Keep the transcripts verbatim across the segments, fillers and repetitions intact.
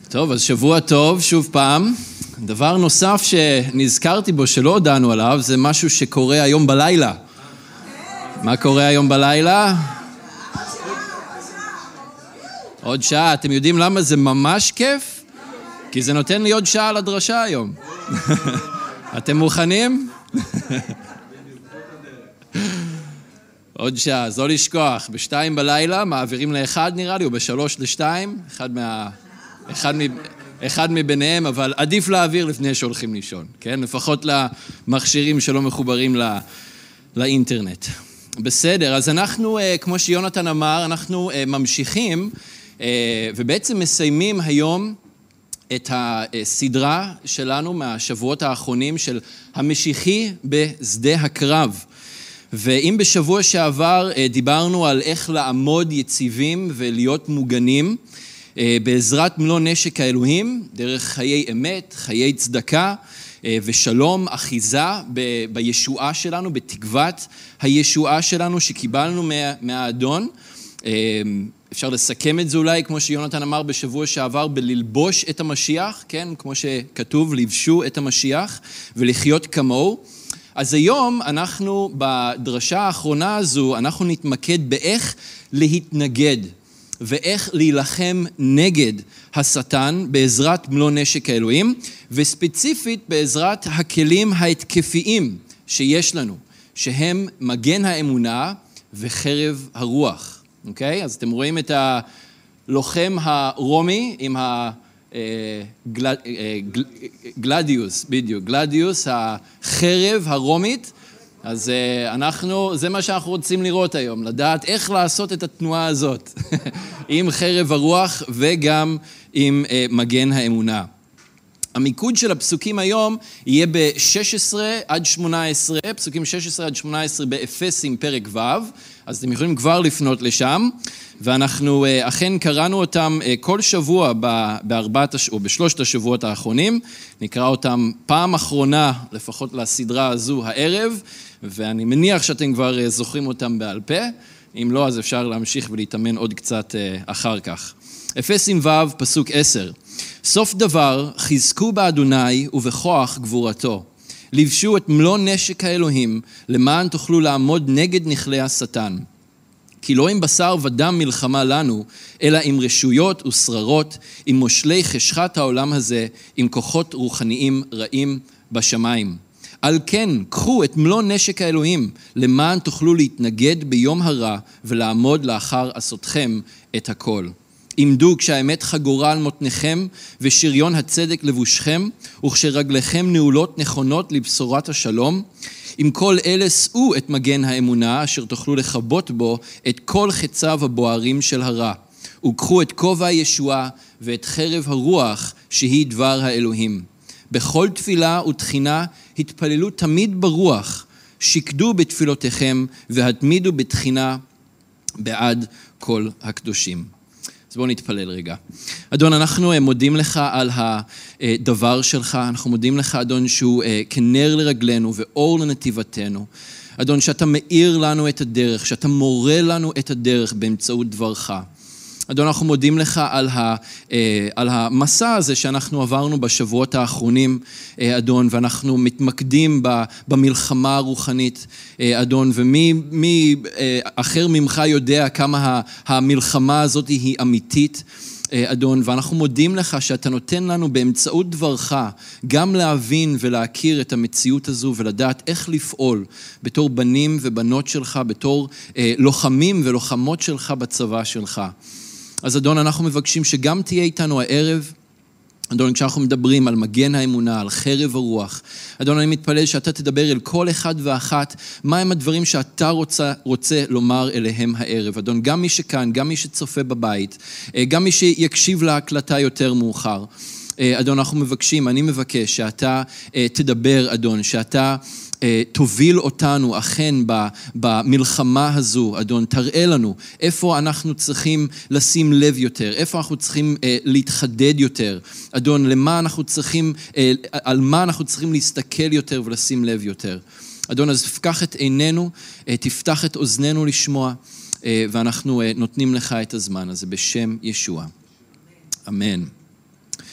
טוב, אז שבוע טוב, שוב פעם. דבר נוסף שנזכרתי בו שלא הודענו עליו, זה משהו שקורה היום בלילה. מה קורה היום בלילה? עוד שעה. אתם יודעים למה זה ממש כיף? כי זה נותן לי עוד שעה לדרשה היום. אתם מוכנים? עוד שעה, אז לא לשכוח. בשתיים בלילה מעבירים לאחד נראה לי, או בשלוש לשתיים. אחד מה... אחד מ... אחד מביניהם, אבל עדיף להעביר לפני שהולכים לישון, כן? לפחות למכשירים שלא מחוברים לא... לאינטרנט. בסדר, אז אנחנו, כמו שיונתן אמר, אנחנו ממשיכים, ובעצם מסיימים היום את הסדרה שלנו מהשבועות האחרונים של המשיחי בשדה הקרב. ואם בשבוע שעבר דיברנו על איך לעמוד יציבים ולהיות מוגנים, בעזרת מלוא נשק האלוהים, דרך חיי אמת, חיי צדקה ושלום, אחיזה ב- בישועה שלנו, בתקוות הישועה שלנו שקיבלנו מה- מהאדון. אפשר לסכם את זה אולי, כמו שיונתן אמר בשבוע שעבר, בללבוש את המשיח, כן? כמו שכתוב, לבשו את המשיח ולחיות כמוהו. אז היום אנחנו, בדרשה האחרונה הזו, אנחנו נתמקד באיך להתנגד. ואיך להילחם נגד השטן בעזרת מלוא נשק האלוהים, וספציפית בעזרת הכלים ההתקפיים שיש לנו, שהם מגן האמונה וחרב הרוח. אוקיי? אז אתם רואים את הלוחם הרומי עם הגלדיוס, בדיוק, גלדיוס, החרב הרומית, אז אנחנו, זה מה שאנחנו רוצים לראות היום, לדעת איך לעשות את התנועה הזאת, עם חרב הרוח וגם עם מגן האמונה. המיקוד של הפסוקים היום יהיה ב-שש עשרה עד שמונה עשרה, פסוקים שש עשרה עד שמונה עשרה באפסים פרק ו', אז אתם יכולים כבר לפנות לשם, ואנחנו אכן קראנו אותם כל שבוע בארבעת או בשלושת השבועות האחרונים, נקרא אותם פעם אחרונה, לפחות לסדרה הזו הערב, ואני מניח שאתם כבר זוכרים אותם בעל פה, אם לא אז אפשר להמשיך ולהתאמן עוד קצת אחר כך. אפסים ו' פסוק עשר, סוף דבר חזקו באדוני ובכוח גבורתו, לבשו את מלוא נשק האלוהים למען תוכלו לעמוד נגד נכלי השטן. כי לא עם בשר ודם מלחמה לנו, אלא עם רשויות ושררות, עם מושלי חשכת העולם הזה, עם כוחות רוחניים רעים בשמיים. על כן, קחו את מלוא נשק האלוהים, למען תוכלו להתנגד ביום הרע, ולעמוד לאחר עשותכם את הכל. עמדו כשהאמת חגורה על מותניכם, ושריון הצדק לבושכם, וכשרגליכם נעולות נכונות לבשורת השלום. עם כל אלה שאו את מגן האמונה, אשר תוכלו לחבות בו את כל חציו הבוערים של הרע. וקחו את כובע הישועה ואת חרב הרוח, שהיא דבר האלוהים. בכל תפילה ותחינה התפללו תמיד ברוח, שקדו בתפילותיכם והתמידו בתחינה בעד כל הקדושים. אז בואו נתפלל רגע. אדון, אנחנו מודים לך על הדבר שלך, אנחנו מודים לך, אדון, שהוא כנר לרגלינו ואור לנתיבתנו. אדון, שאתה מאיר לנו את הדרך, שאתה מורה לנו את הדרך באמצעות דברך. אדון, אנחנו מודים לך על, ה, על המסע הזה שאנחנו עברנו בשבועות האחרונים, אדון, ואנחנו מתמקדים במלחמה הרוחנית, אדון, ומי אחר ממך יודע כמה המלחמה הזאת היא אמיתית, אדון, ואנחנו מודים לך שאתה נותן לנו באמצעות דברך גם להבין ולהכיר את המציאות הזו ולדעת איך לפעול בתור בנים ובנות שלך, בתור לוחמים ולוחמות שלך בצבא שלך. אז אדון, אנחנו מבקשים שגם תהיה איתנו הערב, אדון, כשאנחנו מדברים על מגן האמונה, על חרב הרוח, אדון, אני מתפלל שאתה תדבר אל כל אחד ואחת, מהם הדברים שאתה רוצה, רוצה לומר אליהם הערב. אדון, גם מי שכאן, גם מי שצופה בבית, גם מי שיקשיב להקלטה יותר מאוחר. אדון, אנחנו מבקשים, אני מבקש שאתה תדבר, אדון, שאתה תוביל אותנו אכן במלחמה הזו, אדון, תראה לנו איפה אנחנו צריכים לשים לב יותר, איפה אנחנו צריכים להתחדד יותר, אדון, למה אנחנו צריכים, על מה אנחנו צריכים להסתכל יותר ולשים לב יותר. אדון, אז תפקח את עינינו, תפתח את אוזנינו לשמוע, ואנחנו נותנים לך את הזמן הזה בשם ישוע. אמן.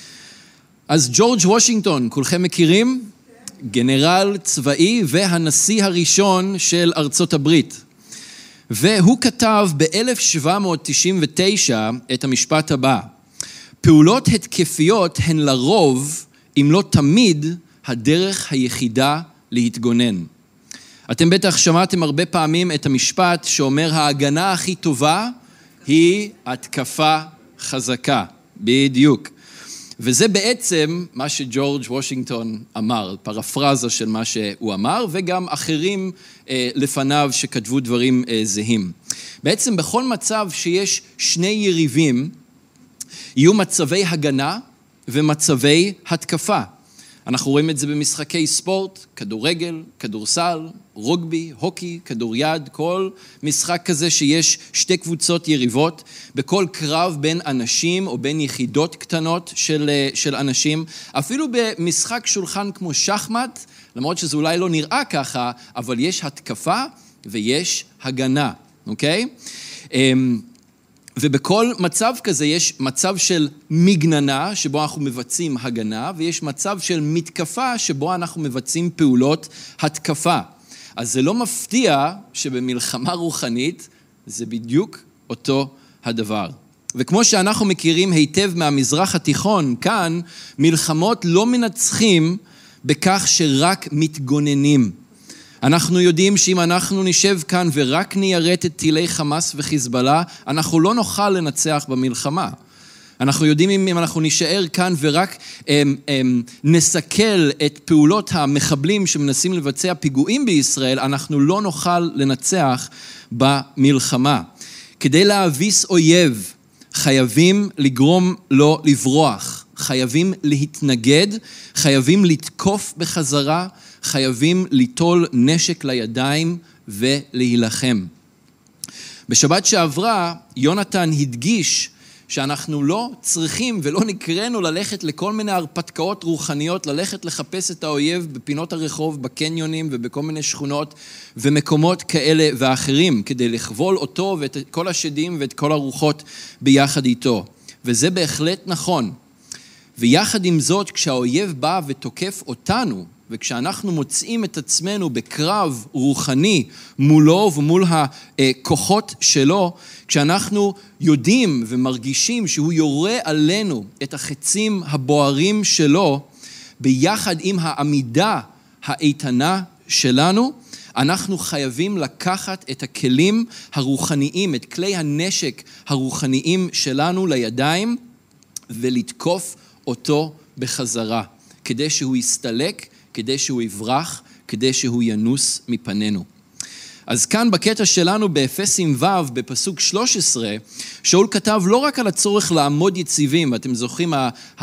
אז ג'ורג' וושינגטון, כולכם מכירים? גנרל צבאי והנשיא הראשון של ארצות הברית. והוא כתב ב-אלף שבע מאות תשעים ותשע את המשפט הבא: פעולות התקפיות הן לרוב, אם לא תמיד, הדרך היחידה להתגונן. אתם בטח שמעתם הרבה פעמים את המשפט שאומר ההגנה הכי טובה היא התקפה חזקה. בדיוק. וזה בעצם מה שג'ורג' וושינגטון אמר, פרפרזה של מה שהוא אמר, וגם אחרים אה, לפניו שכתבו דברים אה, זהים. בעצם בכל מצב שיש שני יריבים, יהיו מצבי הגנה ומצבי התקפה. אנחנו רואים את זה במשחקי ספורט, כדורגל, כדורסל, רוגבי, הוקי, כדוריד, כל משחק כזה שיש שתי קבוצות יריבות, בכל קרב בין אנשים או בין יחידות קטנות של, של אנשים, אפילו במשחק שולחן כמו שחמט, למרות שזה אולי לא נראה ככה, אבל יש התקפה ויש הגנה, אוקיי? ובכל מצב כזה יש מצב של מגננה, שבו אנחנו מבצעים הגנה, ויש מצב של מתקפה, שבו אנחנו מבצעים פעולות התקפה. אז זה לא מפתיע שבמלחמה רוחנית זה בדיוק אותו הדבר. וכמו שאנחנו מכירים היטב מהמזרח התיכון, כאן מלחמות לא מנצחים בכך שרק מתגוננים. אנחנו יודעים שאם אנחנו נשב כאן ורק ניירט את טילי חמאס וחיזבאללה, אנחנו לא נוכל לנצח במלחמה. אנחנו יודעים אם אנחנו נשאר כאן ורק הם, הם, נסכל את פעולות המחבלים שמנסים לבצע פיגועים בישראל, אנחנו לא נוכל לנצח במלחמה. כדי להביס אויב, חייבים לגרום לו לברוח, חייבים להתנגד, חייבים לתקוף בחזרה, חייבים ליטול נשק לידיים ולהילחם. בשבת שעברה, יונתן הדגיש שאנחנו לא צריכים ולא נקראנו ללכת לכל מיני הרפתקאות רוחניות, ללכת לחפש את האויב בפינות הרחוב, בקניונים ובכל מיני שכונות ומקומות כאלה ואחרים, כדי לכבול אותו ואת כל השדים ואת כל הרוחות ביחד איתו. וזה בהחלט נכון. ויחד עם זאת, כשהאויב בא ותוקף אותנו, וכשאנחנו מוצאים את עצמנו בקרב רוחני מולו ומול הכוחות שלו, כשאנחנו יודעים ומרגישים שהוא יורה עלינו את החצים הבוערים שלו, ביחד עם העמידה האיתנה שלנו, אנחנו חייבים לקחת את הכלים הרוחניים, את כלי הנשק הרוחניים שלנו לידיים, ולתקוף אותו בחזרה, כדי שהוא יסתלק, כדי שהוא יברח, כדי שהוא ינוס מפנינו. אז כאן בקטע שלנו באפסים ו' בפסוק שלוש עשרה, שאול כתב לא רק על הצורך לעמוד יציבים, ואתם זוכרים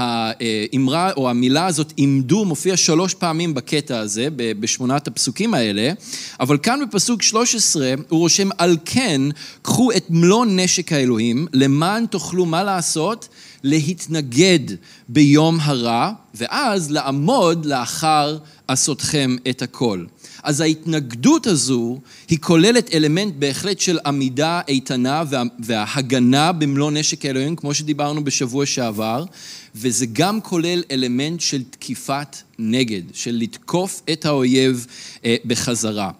האמרה או המילה הזאת עמדו מופיע שלוש פעמים בקטע הזה, בשמונת הפסוקים האלה, אבל כאן בפסוק שלוש עשרה הוא רושם על כן, קחו את מלוא נשק האלוהים, למען תוכלו מה לעשות? להתנגד ביום הרע, ואז לעמוד לאחר עשותכם את הכל. אז ההתנגדות הזו היא כוללת אלמנט בהחלט של עמידה איתנה וה, וההגנה במלוא נשק האלוהים, כמו שדיברנו בשבוע שעבר, וזה גם כולל אלמנט של תקיפת נגד, של לתקוף את האויב אה, בחזרה.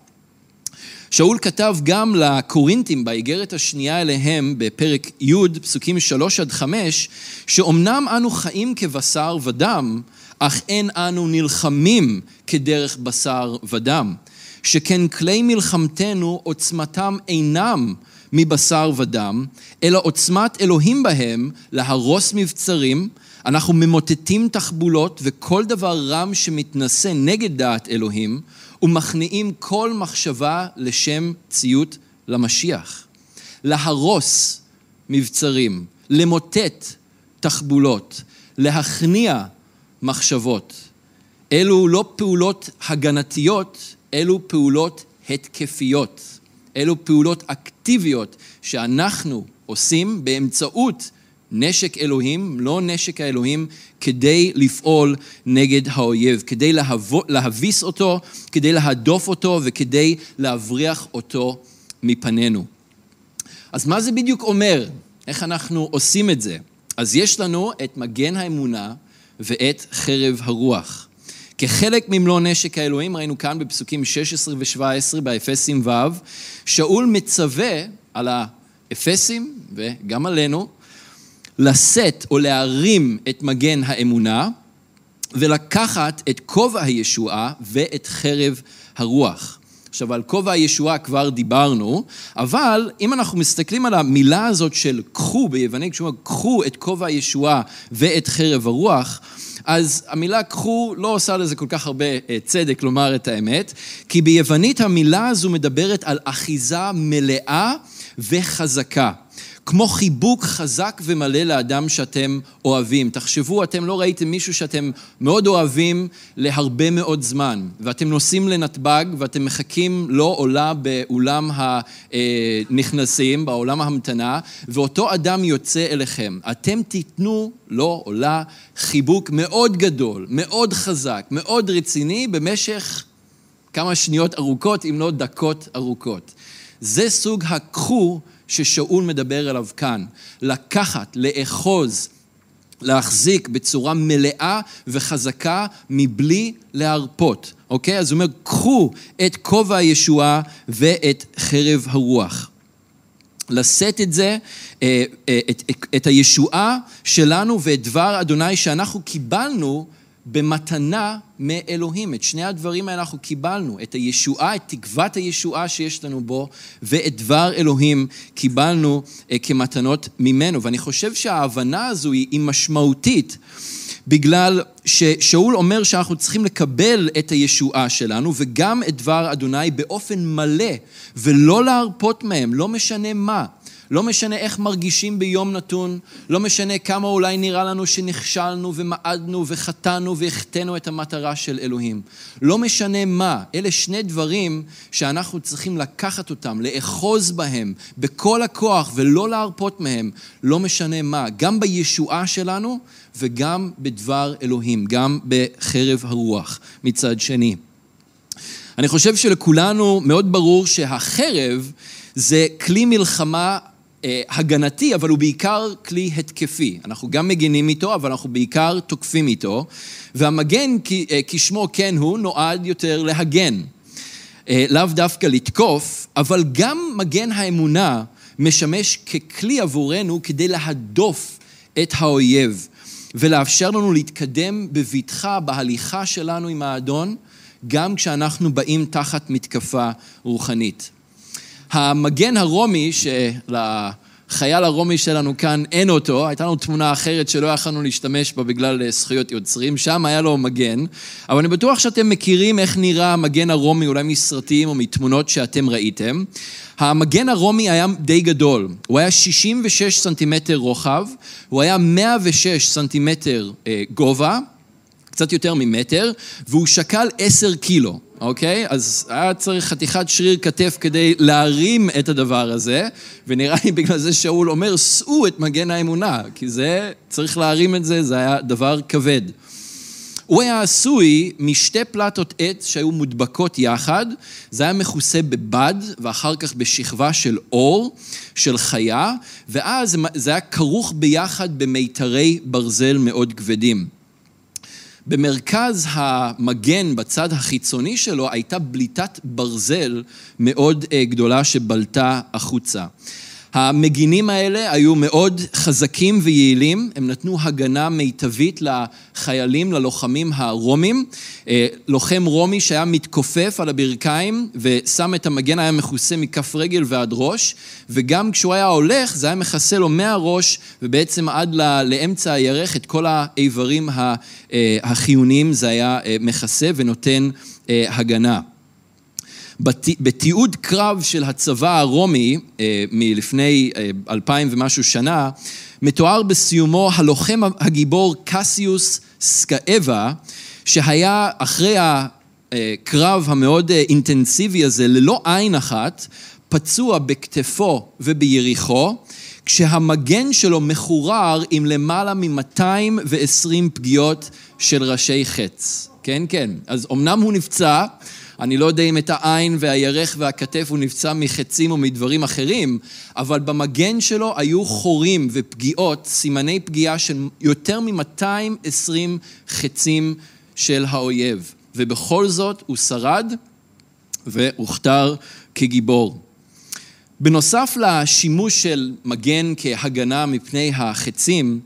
שאול כתב גם לקורינתים באיגרת השנייה אליהם בפרק י' פסוקים שלוש עד חמש, שאומנם אנו חיים כבשר ודם, אך אין אנו נלחמים כדרך בשר ודם, שכן כלי מלחמתנו עוצמתם אינם מבשר ודם, אלא עוצמת אלוהים בהם להרוס מבצרים, אנחנו ממוטטים תחבולות וכל דבר רם שמתנשא נגד דעת אלוהים, ומכניעים כל מחשבה לשם ציות למשיח. להרוס מבצרים, למוטט תחבולות, להכניע מחשבות. אלו לא פעולות הגנתיות, אלו פעולות התקפיות. אלו פעולות אקטיביות שאנחנו עושים באמצעות נשק אלוהים, לא נשק האלוהים, כדי לפעול נגד האויב, כדי להבוא, להביס אותו, כדי להדוף אותו וכדי להבריח אותו מפנינו. אז מה זה בדיוק אומר? איך אנחנו עושים את זה? אז יש לנו את מגן האמונה ואת חרב הרוח. כחלק ממלוא נשק האלוהים, ראינו כאן בפסוקים שש עשרה ו-שבע עשרה באפסים ו', שאול מצווה על האפסים וגם עלינו, לשאת או להרים את מגן האמונה, ולקחת את כובע הישועה ואת חרב הרוח. עכשיו, על כובע הישועה כבר דיברנו, אבל אם אנחנו מסתכלים על המילה הזאת של קחו ביוונית, כשאומר קחו את כובע הישועה ואת חרב הרוח, אז המילה קחו לא עושה לזה כל כך הרבה צדק לומר את האמת, כי ביוונית המילה הזו מדברת על אחיזה מלאה וחזקה. כמו חיבוק חזק ומלא לאדם שאתם אוהבים. תחשבו, אתם לא ראיתם מישהו שאתם מאוד אוהבים להרבה מאוד זמן, ואתם נוסעים לנתב"ג ואתם מחכים לו עולה באולם הנכנסים, בעולם ההמתנה, ואותו אדם יוצא אליכם. אתם תיתנו לו עולה חיבוק מאוד גדול, מאוד חזק, מאוד רציני, במשך כמה שניות ארוכות, אם לא דקות ארוכות. זה סוג הקחו ששאול מדבר אליו כאן, לקחת, לאחוז, להחזיק בצורה מלאה וחזקה מבלי להרפות, אוקיי? אז הוא אומר, קחו את כובע הישועה ואת חרב הרוח. לשאת את זה, את, את הישועה שלנו ואת דבר אדוני שאנחנו קיבלנו במתנה מאלוהים. את שני הדברים האלה אנחנו קיבלנו, את הישועה, את תקוות הישועה שיש לנו בו, ואת דבר אלוהים קיבלנו כמתנות ממנו. ואני חושב שההבנה הזו היא משמעותית, בגלל ששאול אומר שאנחנו צריכים לקבל את הישועה שלנו, וגם את דבר אדוני באופן מלא, ולא להרפות מהם, לא משנה מה. לא משנה איך מרגישים ביום נתון, לא משנה כמה אולי נראה לנו שנכשלנו ומעדנו וחטאנו והחטאנו את המטרה של אלוהים. לא משנה מה, אלה שני דברים שאנחנו צריכים לקחת אותם, לאחוז בהם בכל הכוח ולא להרפות מהם, לא משנה מה, גם בישועה שלנו וגם בדבר אלוהים, גם בחרב הרוח מצד שני. אני חושב שלכולנו מאוד ברור שהחרב זה כלי מלחמה הגנתי, אבל הוא בעיקר כלי התקפי. אנחנו גם מגנים איתו, אבל אנחנו בעיקר תוקפים איתו. והמגן, כשמו כן הוא, נועד יותר להגן. לאו דווקא לתקוף, אבל גם מגן האמונה משמש ככלי עבורנו כדי להדוף את האויב, ולאפשר לנו להתקדם בבטחה בהליכה שלנו עם האדון, גם כשאנחנו באים תחת מתקפה רוחנית. המגן הרומי, שלחייל הרומי שלנו כאן אין אותו, הייתה לנו תמונה אחרת שלא יכולנו להשתמש בה בגלל זכויות יוצרים, שם היה לו מגן, אבל אני בטוח שאתם מכירים איך נראה המגן הרומי, אולי מסרטים או מתמונות שאתם ראיתם. המגן הרומי היה די גדול, הוא היה שישים ושש סנטימטר רוחב, הוא היה מאה ושש סנטימטר אה, גובה, קצת יותר ממטר, והוא שקל עשר קילו. אוקיי? אז היה צריך חתיכת שריר כתף כדי להרים את הדבר הזה, ונראה לי בגלל זה שאול אומר, שאו את מגן האמונה, כי זה, צריך להרים את זה, זה היה דבר כבד. הוא היה עשוי משתי פלטות עץ שהיו מודבקות יחד, זה היה מכוסה בבד, ואחר כך בשכבה של אור, של חיה, ואז זה היה כרוך ביחד במיתרי ברזל מאוד כבדים. במרכז המגן בצד החיצוני שלו הייתה בליטת ברזל מאוד גדולה שבלטה החוצה. המגינים האלה היו מאוד חזקים ויעילים, הם נתנו הגנה מיטבית לחיילים, ללוחמים הרומים. לוחם רומי שהיה מתכופף על הברכיים ושם את המגן היה מכוסה מכף רגל ועד ראש, וגם כשהוא היה הולך זה היה מכסה לו מהראש ובעצם עד לאמצע הירך את כל האיברים החיוניים זה היה מכסה ונותן הגנה. בתיעוד קרב של הצבא הרומי מלפני אלפיים ומשהו שנה, מתואר בסיומו הלוחם הגיבור קסיוס סקאבה, שהיה אחרי הקרב המאוד אינטנסיבי הזה ללא עין אחת, פצוע בכתפו וביריחו, כשהמגן שלו מחורר עם למעלה מ-מאתיים ועשרים פגיעות של ראשי חץ. כן, כן. אז אמנם הוא נפצע, אני לא יודע אם את העין והירך והכתף הוא נפצע מחצים או מדברים אחרים, אבל במגן שלו היו חורים ופגיעות, סימני פגיעה של יותר מ-מאתיים ועשרים חצים של האויב. ובכל זאת הוא שרד והוכתר כגיבור. בנוסף לשימוש של מגן כהגנה מפני החצים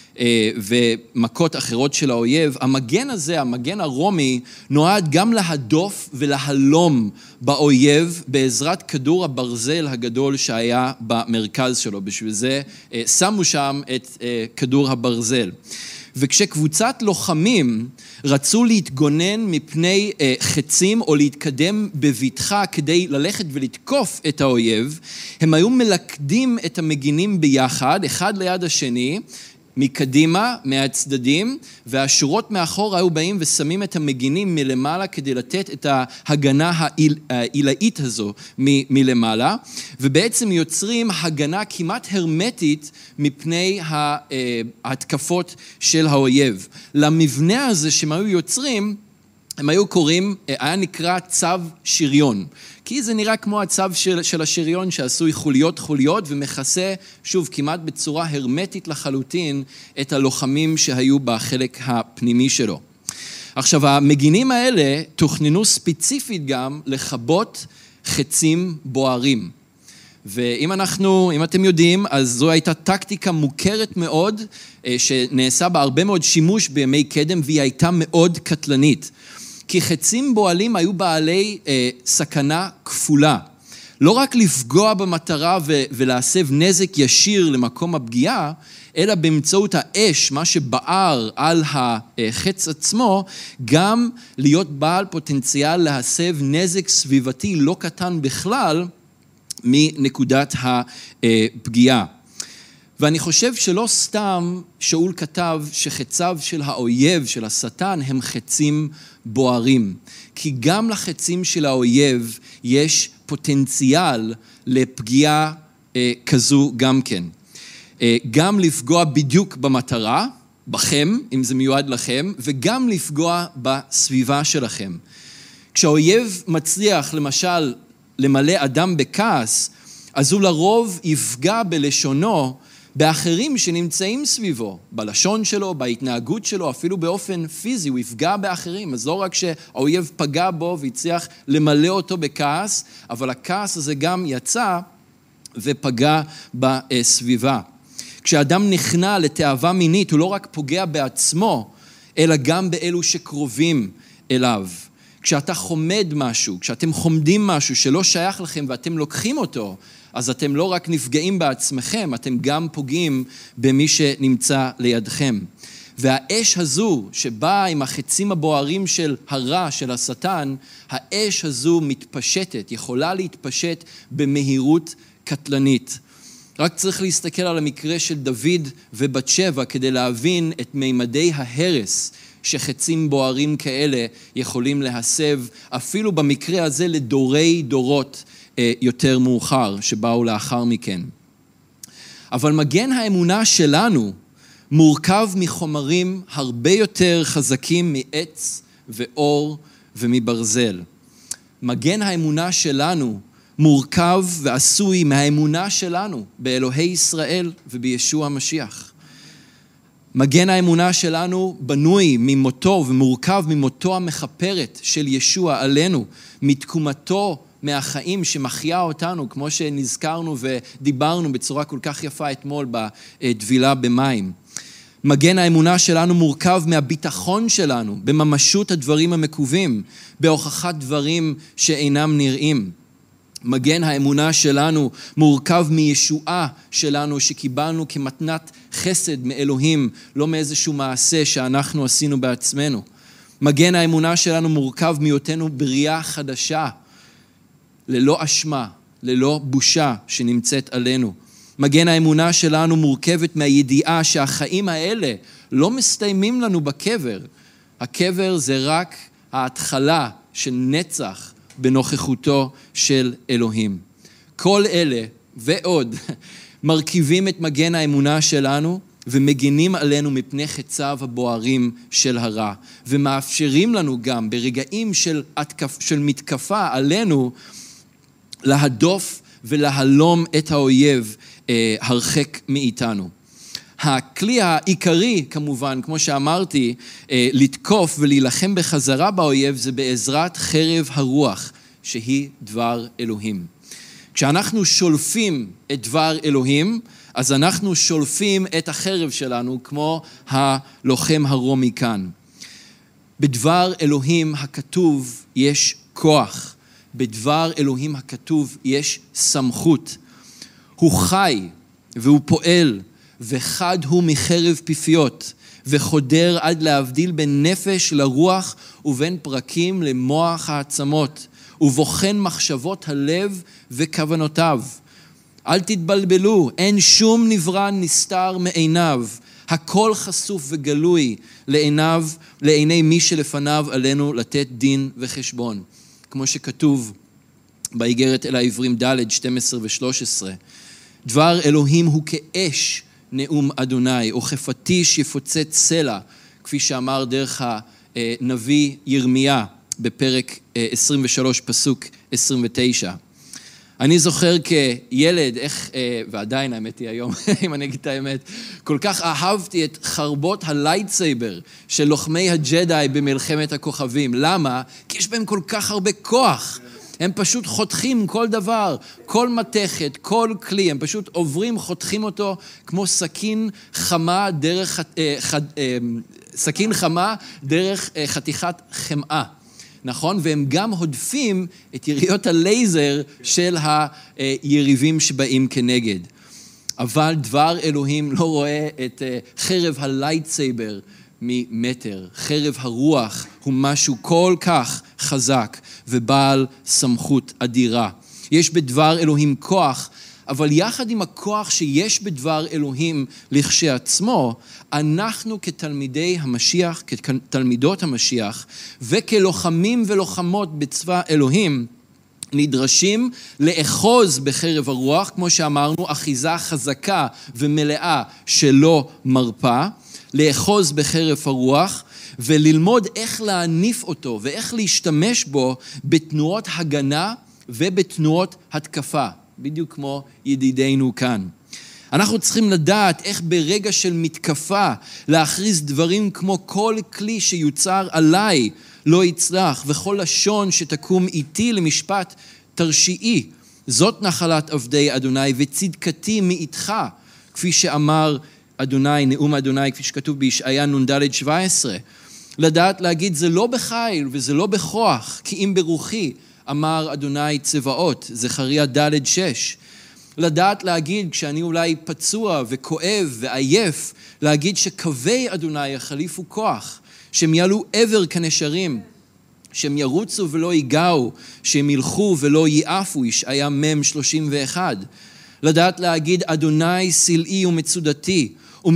ומכות אחרות של האויב, המגן הזה, המגן הרומי, נועד גם להדוף ולהלום באויב בעזרת כדור הברזל הגדול שהיה במרכז שלו. בשביל זה שמו שם את כדור הברזל. וכשקבוצת לוחמים רצו להתגונן מפני חצים או להתקדם בבטחה כדי ללכת ולתקוף את האויב, הם היו מלכדים את המגינים ביחד, אחד ליד השני, מקדימה, מהצדדים, והשורות מאחור היו באים ושמים את המגינים מלמעלה כדי לתת את ההגנה העילאית הזו מ- מלמעלה, ובעצם יוצרים הגנה כמעט הרמטית מפני ההתקפות של האויב. למבנה הזה שהם היו יוצרים, הם היו קוראים, היה נקרא צו שריון, כי זה נראה כמו הצו של, של השריון שעשוי חוליות חוליות ומכסה, שוב, כמעט בצורה הרמטית לחלוטין, את הלוחמים שהיו בחלק הפנימי שלו. עכשיו, המגינים האלה תוכננו ספציפית גם לכבות חצים בוערים. ואם אנחנו, אם אתם יודעים, אז זו הייתה טקטיקה מוכרת מאוד, שנעשה בה הרבה מאוד שימוש בימי קדם, והיא הייתה מאוד קטלנית. כי חצים בועלים היו בעלי אה, סכנה כפולה. לא רק לפגוע במטרה ו- ולהסב נזק ישיר למקום הפגיעה, אלא באמצעות האש, מה שבער על החץ עצמו, גם להיות בעל פוטנציאל להסב נזק סביבתי לא קטן בכלל מנקודת הפגיעה. ואני חושב שלא סתם שאול כתב שחציו של האויב, של השטן, הם חצים בוערים. כי גם לחצים של האויב יש פוטנציאל לפגיעה אה, כזו גם כן. אה, גם לפגוע בדיוק במטרה, בכם, אם זה מיועד לכם, וגם לפגוע בסביבה שלכם. כשהאויב מצליח, למשל, למלא אדם בכעס, אז הוא לרוב יפגע בלשונו, באחרים שנמצאים סביבו, בלשון שלו, בהתנהגות שלו, אפילו באופן פיזי, הוא יפגע באחרים. אז לא רק שהאויב פגע בו והצליח למלא אותו בכעס, אבל הכעס הזה גם יצא ופגע בסביבה. כשאדם נכנע לתאווה מינית, הוא לא רק פוגע בעצמו, אלא גם באלו שקרובים אליו. כשאתה חומד משהו, כשאתם חומדים משהו שלא שייך לכם ואתם לוקחים אותו, אז אתם לא רק נפגעים בעצמכם, אתם גם פוגעים במי שנמצא לידכם. והאש הזו שבאה עם החצים הבוערים של הרע, של השטן, האש הזו מתפשטת, יכולה להתפשט במהירות קטלנית. רק צריך להסתכל על המקרה של דוד ובת שבע כדי להבין את מימדי ההרס שחצים בוערים כאלה יכולים להסב, אפילו במקרה הזה לדורי דורות יותר מאוחר, שבאו לאחר מכן. אבל מגן האמונה שלנו מורכב מחומרים הרבה יותר חזקים מעץ ואור ומברזל. מגן האמונה שלנו מורכב ועשוי מהאמונה שלנו באלוהי ישראל ובישוע המשיח. מגן האמונה שלנו בנוי ממותו ומורכב ממותו המכפרת של ישוע עלינו, מתקומתו מהחיים שמחיה אותנו, כמו שנזכרנו ודיברנו בצורה כל כך יפה אתמול בדבילה במים. מגן האמונה שלנו מורכב מהביטחון שלנו, בממשות הדברים המקובים, בהוכחת דברים שאינם נראים. מגן האמונה שלנו מורכב מישועה שלנו שקיבלנו כמתנת חסד מאלוהים, לא מאיזשהו מעשה שאנחנו עשינו בעצמנו. מגן האמונה שלנו מורכב מהיותנו בריאה חדשה, ללא אשמה, ללא בושה שנמצאת עלינו. מגן האמונה שלנו מורכבת מהידיעה שהחיים האלה לא מסתיימים לנו בקבר. הקבר זה רק ההתחלה של נצח בנוכחותו של אלוהים. כל אלה ועוד מרכיבים את מגן האמונה שלנו, ומגנים עלינו מפני חציו הבוערים של הרע, ומאפשרים לנו גם ברגעים של, התקף, של מתקפה עלינו להדוף ולהלום את האויב אה, הרחק מאיתנו. הכלי העיקרי, כמובן, כמו שאמרתי, אה, לתקוף ולהילחם בחזרה באויב, זה בעזרת חרב הרוח, שהיא דבר אלוהים. כשאנחנו שולפים את דבר אלוהים, אז אנחנו שולפים את החרב שלנו, כמו הלוחם הרומי כאן. בדבר אלוהים הכתוב יש כוח. בדבר אלוהים הכתוב יש סמכות. הוא חי והוא פועל, וחד הוא מחרב פיפיות, וחודר עד להבדיל בין נפש לרוח, ובין פרקים למוח העצמות, ובוחן מחשבות הלב וכוונותיו. אל תתבלבלו, אין שום נברא נסתר מעיניו, הכל חשוף וגלוי לעיניו, לעיני מי שלפניו עלינו לתת דין וחשבון. כמו שכתוב באיגרת אל העברים ד' שתים עשרה ושלוש עשרה. דבר אלוהים הוא כאש נאום אדוני, או כפטיש יפוצץ סלע, כפי שאמר דרך הנביא ירמיה בפרק עשרים ושלוש פסוק עשרים ותשע. אני זוכר כילד, איך, ועדיין האמת היא היום, אם אני אגיד את האמת, כל כך אהבתי את חרבות הלייטסייבר של לוחמי הג'די במלחמת הכוכבים. למה? כי יש בהם כל כך הרבה כוח. הם פשוט חותכים כל דבר, כל מתכת, כל כלי, הם פשוט עוברים, חותכים אותו כמו סכין חמה דרך, סכין חמה דרך חתיכת חמאה. נכון? והם גם הודפים את יריות הלייזר של היריבים שבאים כנגד. אבל דבר אלוהים לא רואה את חרב הלייטסייבר ממטר. חרב הרוח הוא משהו כל כך חזק ובעל סמכות אדירה. יש בדבר אלוהים כוח, אבל יחד עם הכוח שיש בדבר אלוהים לכשעצמו, אנחנו כתלמידי המשיח, כתלמידות המשיח, וכלוחמים ולוחמות בצבא אלוהים, נדרשים לאחוז בחרב הרוח, כמו שאמרנו, אחיזה חזקה ומלאה שלא מרפה, לאחוז בחרב הרוח, וללמוד איך להניף אותו ואיך להשתמש בו בתנועות הגנה ובתנועות התקפה. בדיוק כמו ידידינו כאן. אנחנו צריכים לדעת איך ברגע של מתקפה להכריז דברים כמו כל כלי שיוצר עליי לא יצלח, וכל לשון שתקום איתי למשפט תרשיעי. זאת נחלת עבדי אדוני וצדקתי מאיתך, כפי שאמר אדוני, נאום אדוני, כפי שכתוב בישעיה נ"ד שבע עשרה. לדעת להגיד זה לא בחיל וזה לא בכוח, כי אם ברוחי, אמר אדוני צבאות, זכריה ד' שש. לדעת להגיד, כשאני אולי פצוע וכואב ועייף, להגיד שקווי אדוני יחליפו כוח, שהם יעלו עבר כנשרים, שהם ירוצו ולא ייגעו, שהם ילכו ולא ייעפו, ישעיה מ' שלושים ואחת. לדעת להגיד, אדוני סלעי ומצודתי,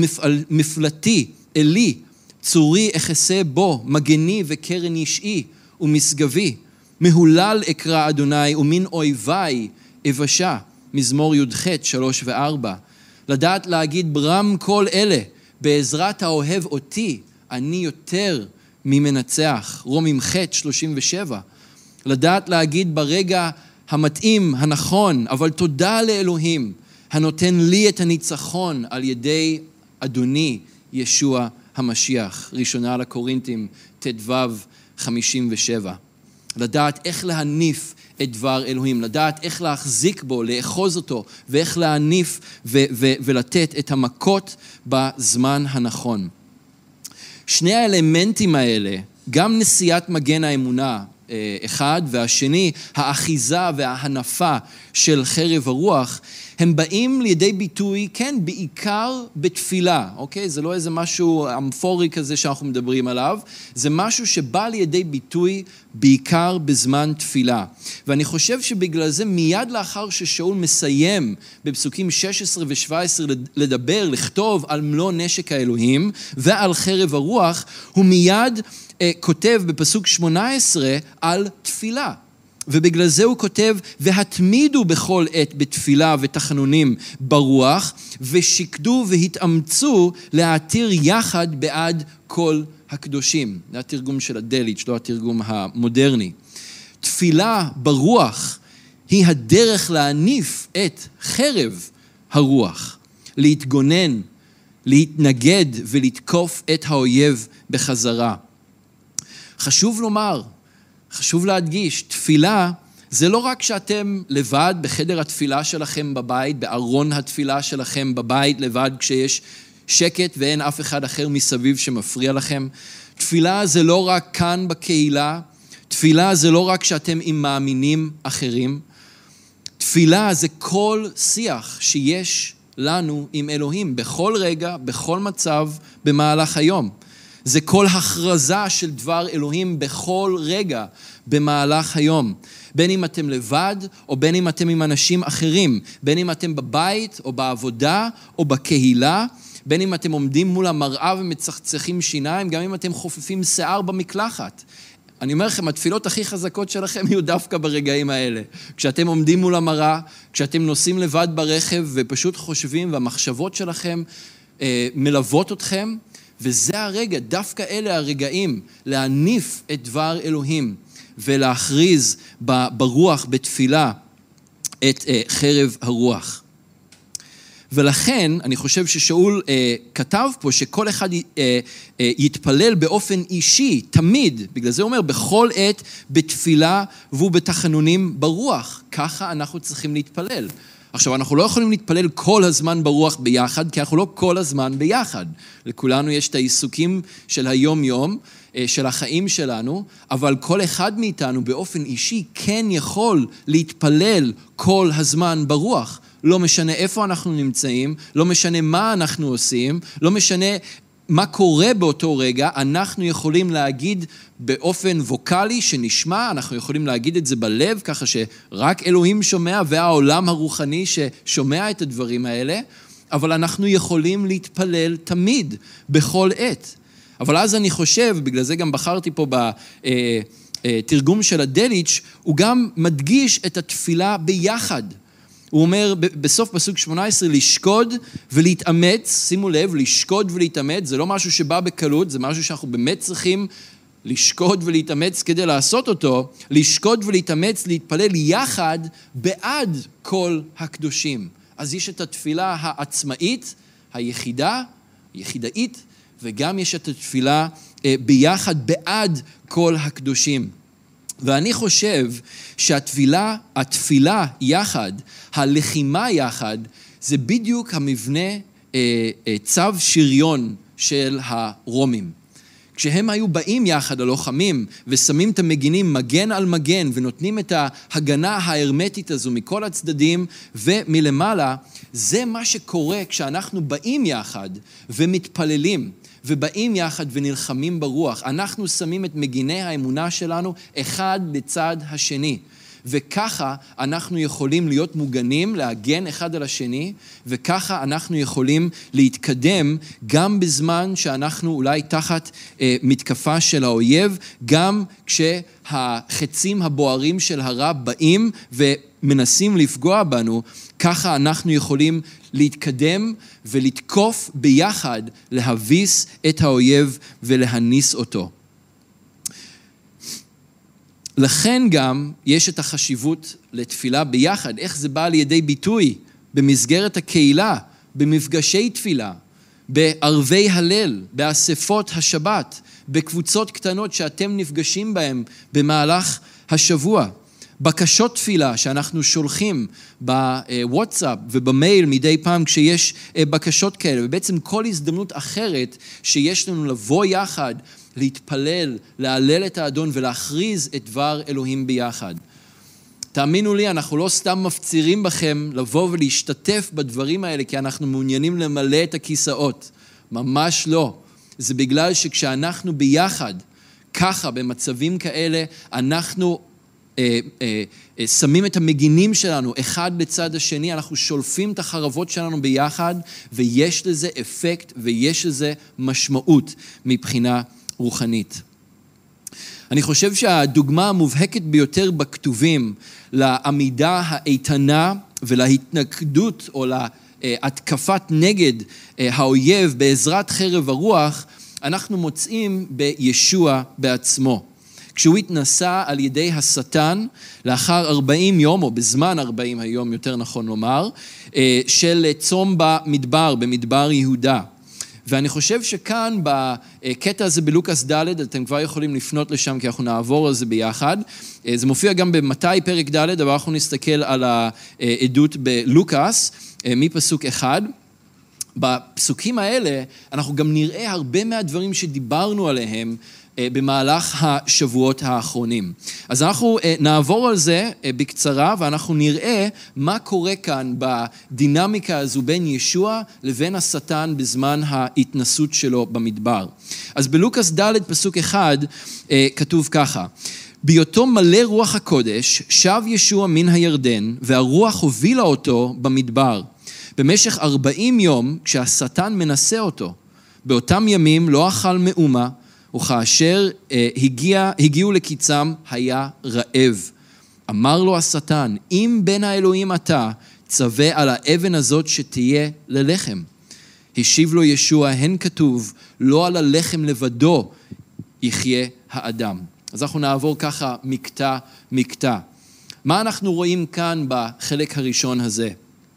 ומפלטי אלי, צורי אחסה בו, מגני וקרן ישעי ומשגבי. מהולל אקרא אדוני ומן אויבי אבשה, מזמור י"ח שלוש וארבע. לדעת להגיד ברם כל אלה, בעזרת האוהב אותי, אני יותר ממנצח, רומים ח' שלושים ושבע. לדעת להגיד ברגע המתאים, הנכון, אבל תודה לאלוהים, הנותן לי את הניצחון על ידי אדוני ישוע המשיח. ראשונה לקורינתים ט"ו חמישים ושבע. לדעת איך להניף את דבר אלוהים, לדעת איך להחזיק בו, לאחוז אותו, ואיך להניף ו- ו- ולתת את המכות בזמן הנכון. שני האלמנטים האלה, גם נשיאת מגן האמונה, אחד, והשני, האחיזה וההנפה של חרב הרוח, הם באים לידי ביטוי, כן, בעיקר בתפילה, אוקיי? זה לא איזה משהו אמפורי כזה שאנחנו מדברים עליו, זה משהו שבא לידי ביטוי בעיקר בזמן תפילה. ואני חושב שבגלל זה מיד לאחר ששאול מסיים בפסוקים שש עשרה ושבע עשרה לדבר, לכתוב על מלוא נשק האלוהים ועל חרב הרוח, הוא מיד כותב בפסוק שמונה עשרה על תפילה. ובגלל זה הוא כותב, והתמידו בכל עת בתפילה ותחנונים ברוח, ושקדו והתאמצו להתיר יחד בעד כל הקדושים. זה התרגום של הדליץ', לא התרגום המודרני. תפילה ברוח היא הדרך להניף את חרב הרוח, להתגונן, להתנגד ולתקוף את האויב בחזרה. חשוב לומר, חשוב להדגיש, תפילה זה לא רק שאתם לבד בחדר התפילה שלכם בבית, בארון התפילה שלכם בבית לבד כשיש שקט ואין אף אחד אחר מסביב שמפריע לכם. תפילה זה לא רק כאן בקהילה, תפילה זה לא רק שאתם עם מאמינים אחרים, תפילה זה כל שיח שיש לנו עם אלוהים, בכל רגע, בכל מצב, במהלך היום. זה כל הכרזה של דבר אלוהים בכל רגע במהלך היום. בין אם אתם לבד, או בין אם אתם עם אנשים אחרים, בין אם אתם בבית, או בעבודה, או בקהילה, בין אם אתם עומדים מול המראה ומצחצחים שיניים, גם אם אתם חופפים שיער במקלחת. אני אומר לכם, התפילות הכי חזקות שלכם יהיו דווקא ברגעים האלה. כשאתם עומדים מול המראה, כשאתם נוסעים לבד ברכב ופשוט חושבים, והמחשבות שלכם אה, מלוות אתכם, וזה הרגע, דווקא אלה הרגעים, להניף את דבר אלוהים, ולהכריז ברוח, בתפילה, את אה, חרב הרוח. ולכן אני חושב ששאול אה, כתב פה שכל אחד אה, אה, יתפלל באופן אישי, תמיד, בגלל זה הוא אומר, בכל עת בתפילה ובתחנונים ברוח. ככה אנחנו צריכים להתפלל. עכשיו, אנחנו לא יכולים להתפלל כל הזמן ברוח ביחד, כי אנחנו לא כל הזמן ביחד. לכולנו יש את העיסוקים של היום-יום, של החיים שלנו, אבל כל אחד מאיתנו באופן אישי כן יכול להתפלל כל הזמן ברוח. לא משנה איפה אנחנו נמצאים, לא משנה מה אנחנו עושים, לא משנה מה קורה באותו רגע, אנחנו יכולים להגיד באופן ווקלי שנשמע, אנחנו יכולים להגיד את זה בלב, ככה שרק אלוהים שומע והעולם הרוחני ששומע את הדברים האלה, אבל אנחנו יכולים להתפלל תמיד, בכל עת. אבל אז אני חושב, בגלל זה גם בחרתי פה בתרגום של הדליץ', הוא גם מדגיש את התפילה ביחד. הוא אומר בסוף פסוק שמונה עשרה, לשקוד ולהתאמץ, שימו לב, לשקוד ולהתאמץ, זה לא משהו שבא בקלות, זה משהו שאנחנו באמת צריכים לשקוד ולהתאמץ כדי לעשות אותו, לשקוד ולהתאמץ, להתפלל יחד בעד כל הקדושים. אז יש את התפילה העצמאית, היחידה, יחידאית, וגם יש את התפילה ביחד בעד כל הקדושים. ואני חושב שהתפילה, התפילה יחד, הלחימה יחד, זה בדיוק המבנה צו שריון של הרומים. כשהם היו באים יחד הלוחמים ושמים את המגינים מגן על מגן ונותנים את ההגנה ההרמטית הזו מכל הצדדים ומלמעלה, זה מה שקורה כשאנחנו באים יחד ומתפללים. ובאים יחד ונלחמים ברוח. אנחנו שמים את מגיני האמונה שלנו אחד לצד השני. וככה אנחנו יכולים להיות מוגנים, להגן אחד על השני, וככה אנחנו יכולים להתקדם גם בזמן שאנחנו אולי תחת אה, מתקפה של האויב, גם כשהחצים הבוערים של הרע באים ומנסים לפגוע בנו, ככה אנחנו יכולים להתקדם ולתקוף ביחד, להביס את האויב ולהניס אותו. לכן גם יש את החשיבות לתפילה ביחד, איך זה בא לידי ביטוי במסגרת הקהילה, במפגשי תפילה, בערבי הלל, באספות השבת, בקבוצות קטנות שאתם נפגשים בהם במהלך השבוע. בקשות תפילה שאנחנו שולחים בוואטסאפ ובמייל מדי פעם כשיש בקשות כאלה, ובעצם כל הזדמנות אחרת שיש לנו לבוא יחד, להתפלל, להלל את האדון ולהכריז את דבר אלוהים ביחד. תאמינו לי, אנחנו לא סתם מפצירים בכם לבוא ולהשתתף בדברים האלה, כי אנחנו מעוניינים למלא את הכיסאות. ממש לא. זה בגלל שכשאנחנו ביחד, ככה, במצבים כאלה, אנחנו אה, אה, אה, שמים את המגינים שלנו אחד לצד השני, אנחנו שולפים את החרבות שלנו ביחד, ויש לזה אפקט ויש לזה משמעות מבחינה רוחנית. אני חושב שהדוגמה המובהקת ביותר בכתובים לעמידה האיתנה ולהתנגדות או להתקפת נגד האויב בעזרת חרב הרוח, אנחנו מוצאים בישוע בעצמו. כשהוא התנסה על ידי השטן לאחר ארבעים יום, או בזמן ארבעים היום יותר נכון לומר, של צום במדבר, במדבר יהודה. ואני חושב שכאן בקטע הזה בלוקס ד' אתם כבר יכולים לפנות לשם כי אנחנו נעבור על זה ביחד. זה מופיע גם במתי פרק ד', אבל אנחנו נסתכל על העדות בלוקס מפסוק אחד. בפסוקים האלה אנחנו גם נראה הרבה מהדברים שדיברנו עליהם במהלך השבועות האחרונים. אז אנחנו נעבור על זה בקצרה ואנחנו נראה מה קורה כאן בדינמיקה הזו בין ישוע לבין השטן בזמן ההתנסות שלו במדבר. אז בלוקס ד' פסוק אחד כתוב ככה: בהיותו מלא רוח הקודש שב ישוע מן הירדן והרוח הובילה אותו במדבר במשך ארבעים יום כשהשטן מנסה אותו. באותם ימים לא אכל מאומה וכאשר הגיע, הגיעו לקיצם היה רעב. אמר לו השטן, אם בן האלוהים אתה, צווה על האבן הזאת שתהיה ללחם. השיב לו ישוע, הן כתוב, לא על הלחם לבדו יחיה האדם. אז אנחנו נעבור ככה מקטע מקטע. מה אנחנו רואים כאן בחלק הראשון הזה?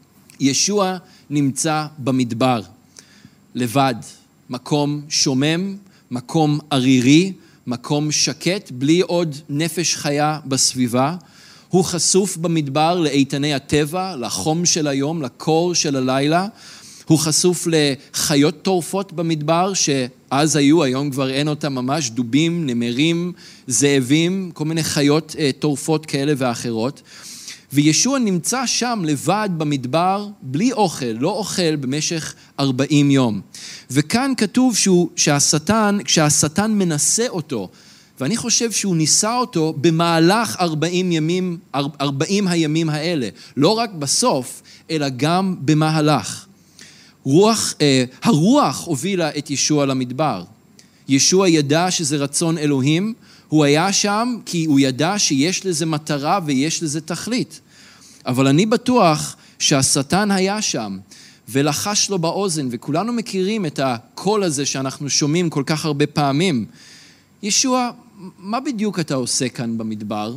ישוע נמצא במדבר, לבד, מקום שומם, מקום ערירי, מקום שקט, בלי עוד נפש חיה בסביבה. הוא חשוף במדבר לאיתני הטבע, לחום של היום, לקור של הלילה. הוא חשוף לחיות טורפות במדבר, שאז היו, היום כבר אין אותם ממש, דובים, נמרים, זאבים, כל מיני חיות טורפות כאלה ואחרות. וישוע נמצא שם לבד במדבר, בלי אוכל, לא אוכל במשך ארבעים יום. וכאן כתוב שהוא, שהשטן, כשהשטן מנסה אותו, ואני חושב שהוא ניסה אותו במהלך ארבעים ימים, ארבעים הימים האלה. לא רק בסוף, אלא גם במהלך. רוח, אה, הרוח הובילה את ישוע למדבר. ישוע ידע שזה רצון אלוהים, הוא היה שם כי הוא ידע שיש לזה מטרה ויש לזה תכלית. אבל אני בטוח שהשטן היה שם ולחש לו באוזן, וכולנו מכירים את הקול הזה שאנחנו שומעים כל כך הרבה פעמים. ישוע, מה בדיוק אתה עושה כאן במדבר?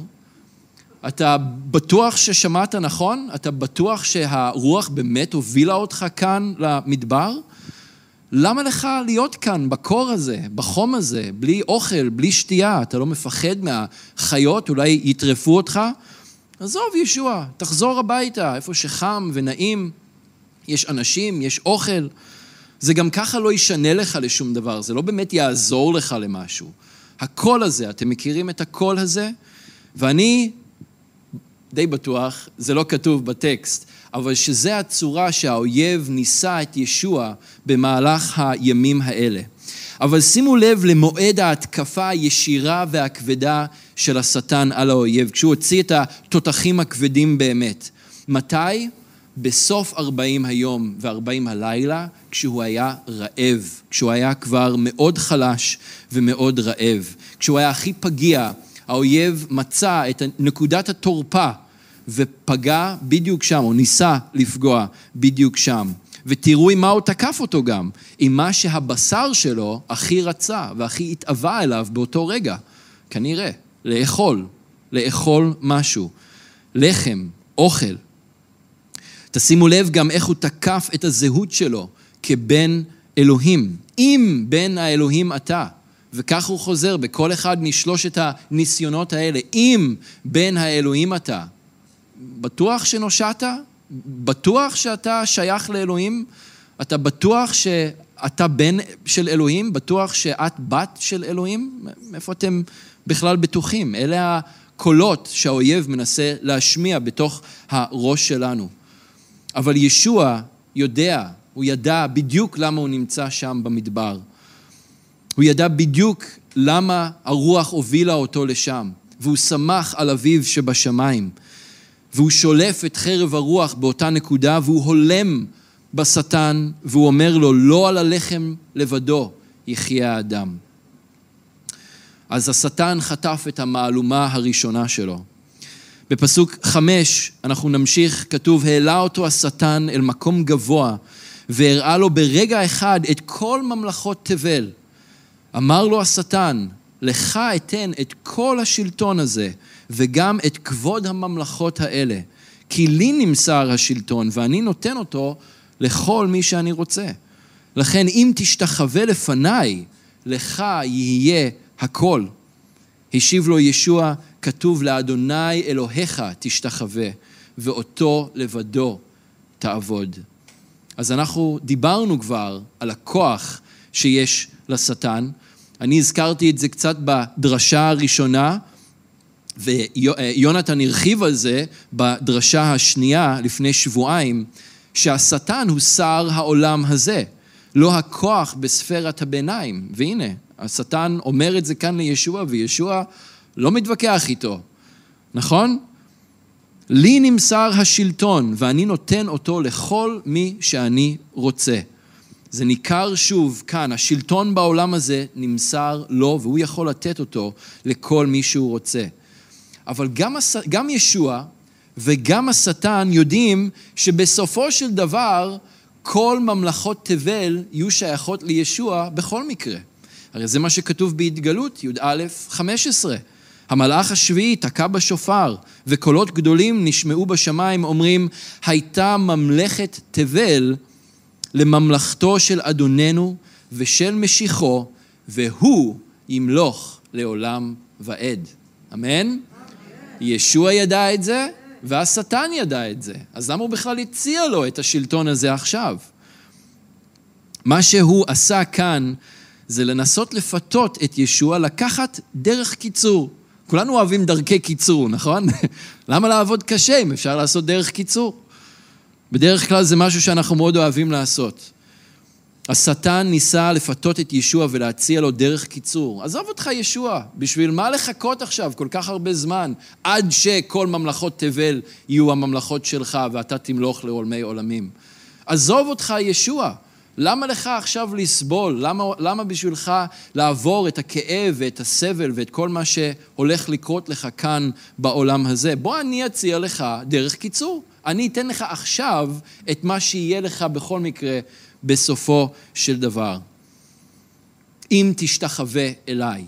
אתה בטוח ששמעת נכון? אתה בטוח שהרוח באמת הובילה אותך כאן למדבר? למה לך להיות כאן בקור הזה, בחום הזה, בלי אוכל, בלי שתייה? אתה לא מפחד מהחיות, אולי יטרפו אותך? עזוב ישוע, תחזור הביתה, איפה שחם ונעים, יש אנשים, יש אוכל. זה גם ככה לא ישנה לך לשום דבר, זה לא באמת יעזור לך למשהו. הקול הזה, אתם מכירים את הקול הזה? ואני די בטוח, זה לא כתוב בטקסט, אבל שזה הצורה שהאויב ניסה את ישוע במהלך הימים האלה. אבל שימו לב למועד ההתקפה הישירה והכבדה של השטן על האויב, כשהוא הוציא את התותחים הכבדים באמת. מתי? בסוף ארבעים היום וארבעים הלילה, כשהוא היה רעב, כשהוא היה כבר מאוד חלש ומאוד רעב. כשהוא היה הכי פגיע, האויב מצא את נקודת התורפה ופגע בדיוק שם, או ניסה לפגוע בדיוק שם. ותראו עם מה הוא תקף אותו גם, עם מה שהבשר שלו הכי רצה והכי התאווה אליו באותו רגע. כנראה, לאכול, לאכול משהו, לחם, אוכל. תשימו לב גם איך הוא תקף את הזהות שלו כבן אלוהים. אם בן האלוהים אתה, וכך הוא חוזר בכל אחד משלושת הניסיונות האלה, אם בן האלוהים אתה, בטוח שנושעת? בטוח שאתה שייך לאלוהים? אתה בטוח שאתה בן של אלוהים? בטוח שאת בת של אלוהים? איפה אתם בכלל בטוחים? אלה הקולות שהאויב מנסה להשמיע בתוך הראש שלנו. אבל ישוע יודע, הוא ידע בדיוק למה הוא נמצא שם במדבר. הוא ידע בדיוק למה הרוח הובילה אותו לשם, והוא שמח על אביו שבשמיים. והוא שולף את חרב הרוח באותה נקודה, והוא הולם בשטן, והוא אומר לו, לא על הלחם לבדו יחיה האדם. אז השטן חטף את המהלומה הראשונה שלו. בפסוק חמש אנחנו נמשיך, כתוב, העלה אותו השטן אל מקום גבוה, והראה לו ברגע אחד את כל ממלכות תבל. אמר לו השטן, לך אתן את כל השלטון הזה, וגם את כבוד הממלכות האלה. כי לי נמסר השלטון, ואני נותן אותו לכל מי שאני רוצה. לכן אם תשתחווה לפניי, לך יהיה הכל. השיב לו ישוע, כתוב לאדוני אלוהיך תשתחווה, ואותו לבדו תעבוד. אז אנחנו דיברנו כבר על הכוח שיש לשטן. אני הזכרתי את זה קצת בדרשה הראשונה, ויונתן הרחיב על זה בדרשה השנייה לפני שבועיים, שהשטן הוא שר העולם הזה, לא הכוח בספירת הביניים. והנה, השטן אומר את זה כאן לישוע, וישוע לא מתווכח איתו, נכון? לי נמסר השלטון, ואני נותן אותו לכל מי שאני רוצה. זה ניכר שוב כאן, השלטון בעולם הזה נמסר לו, והוא יכול לתת אותו לכל מי שהוא רוצה. אבל גם, גם ישוע וגם השטן יודעים שבסופו של דבר, כל ממלכות תבל יהיו שייכות לישוע בכל מקרה. הרי זה מה שכתוב בהתגלות, י"א חמש עשרה. המלאך השביעי תקע בשופר, וקולות גדולים נשמעו בשמיים, אומרים, הייתה ממלכת תבל לממלכתו של אדוננו ושל משיחו, והוא ימלוך לעולם ועד. אמן? אמן. ישוע ידע את זה, והשטן ידע את זה. אז למה הוא בכלל הציע לו את השלטון הזה עכשיו? מה שהוא עשה כאן, זה לנסות לפתות את ישוע לקחת דרך קיצור. כולנו אוהבים דרכי קיצור, נכון? למה לעבוד קשה אם אפשר לעשות דרך קיצור? בדרך כלל זה משהו שאנחנו מאוד אוהבים לעשות. השטן ניסה לפתות את ישוע ולהציע לו דרך קיצור. עזוב אותך ישוע, בשביל מה לחכות עכשיו כל כך הרבה זמן, עד שכל ממלכות תבל יהיו הממלכות שלך ואתה תמלוך לעולמי עולמים. עזוב אותך ישוע, למה לך עכשיו לסבול? למה, למה בשבילך לעבור את הכאב ואת הסבל ואת כל מה שהולך לקרות לך כאן בעולם הזה? בוא אני אציע לך דרך קיצור. אני אתן לך עכשיו את מה שיהיה לך בכל מקרה בסופו של דבר. אם תשתחווה אליי.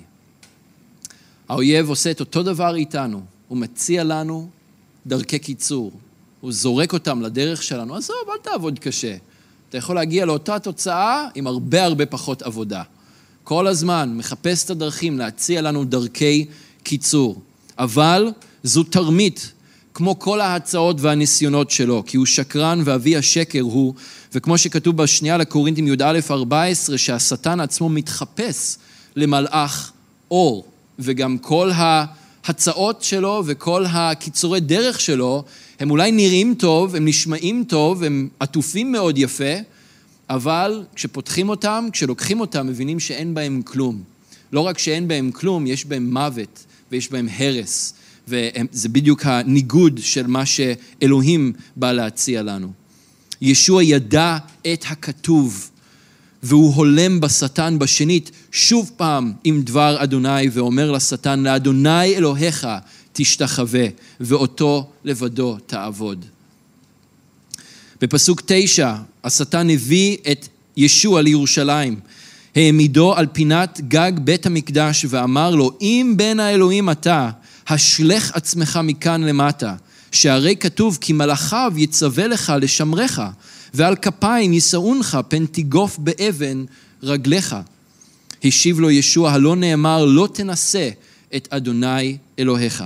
האויב עושה את אותו דבר איתנו. הוא מציע לנו דרכי קיצור. הוא זורק אותם לדרך שלנו. עזוב, אל תעבוד קשה. אתה יכול להגיע לאותה תוצאה עם הרבה הרבה פחות עבודה. כל הזמן מחפש את הדרכים להציע לנו דרכי קיצור. אבל זו תרמית, כמו כל ההצעות והניסיונות שלו, כי הוא שקרן ואבי השקר הוא, וכמו שכתוב בשנייה לקורינתים י"א ארבע עשרה, שהשטן עצמו מתחפש למלאך אור, וגם כל ההצעות שלו וכל הקיצורי דרך שלו, הם אולי נראים טוב, הם נשמעים טוב, הם עטופים מאוד יפה, אבל כשפותחים אותם, כשלוקחים אותם, מבינים שאין בהם כלום. לא רק שאין בהם כלום, יש בהם מוות ויש בהם הרס, וזה בדיוק הניגוד של מה שאלוהים בא להציע לנו. ישוע ידע את הכתוב, והוא הולם בשטן בשנית שוב פעם עם דבר אדוני, ואומר לשטן, לאדוני אלוהיך תשתחווה, ואותו לבדו תעבוד. בפסוק תשע, השטן הביא את ישוע לירושלים, העמידו על פינת גג בית המקדש, ואמר לו, אם בן האלוהים אתה, השלך עצמך מכאן למטה, שהרי כתוב כי מלאכיו יצווה לך לשמרך, ועל כפיים ישאונך פן תיגוף באבן רגליך. השיב לו ישוע, הלא נאמר לא תנסה את אדוני אלוהיך.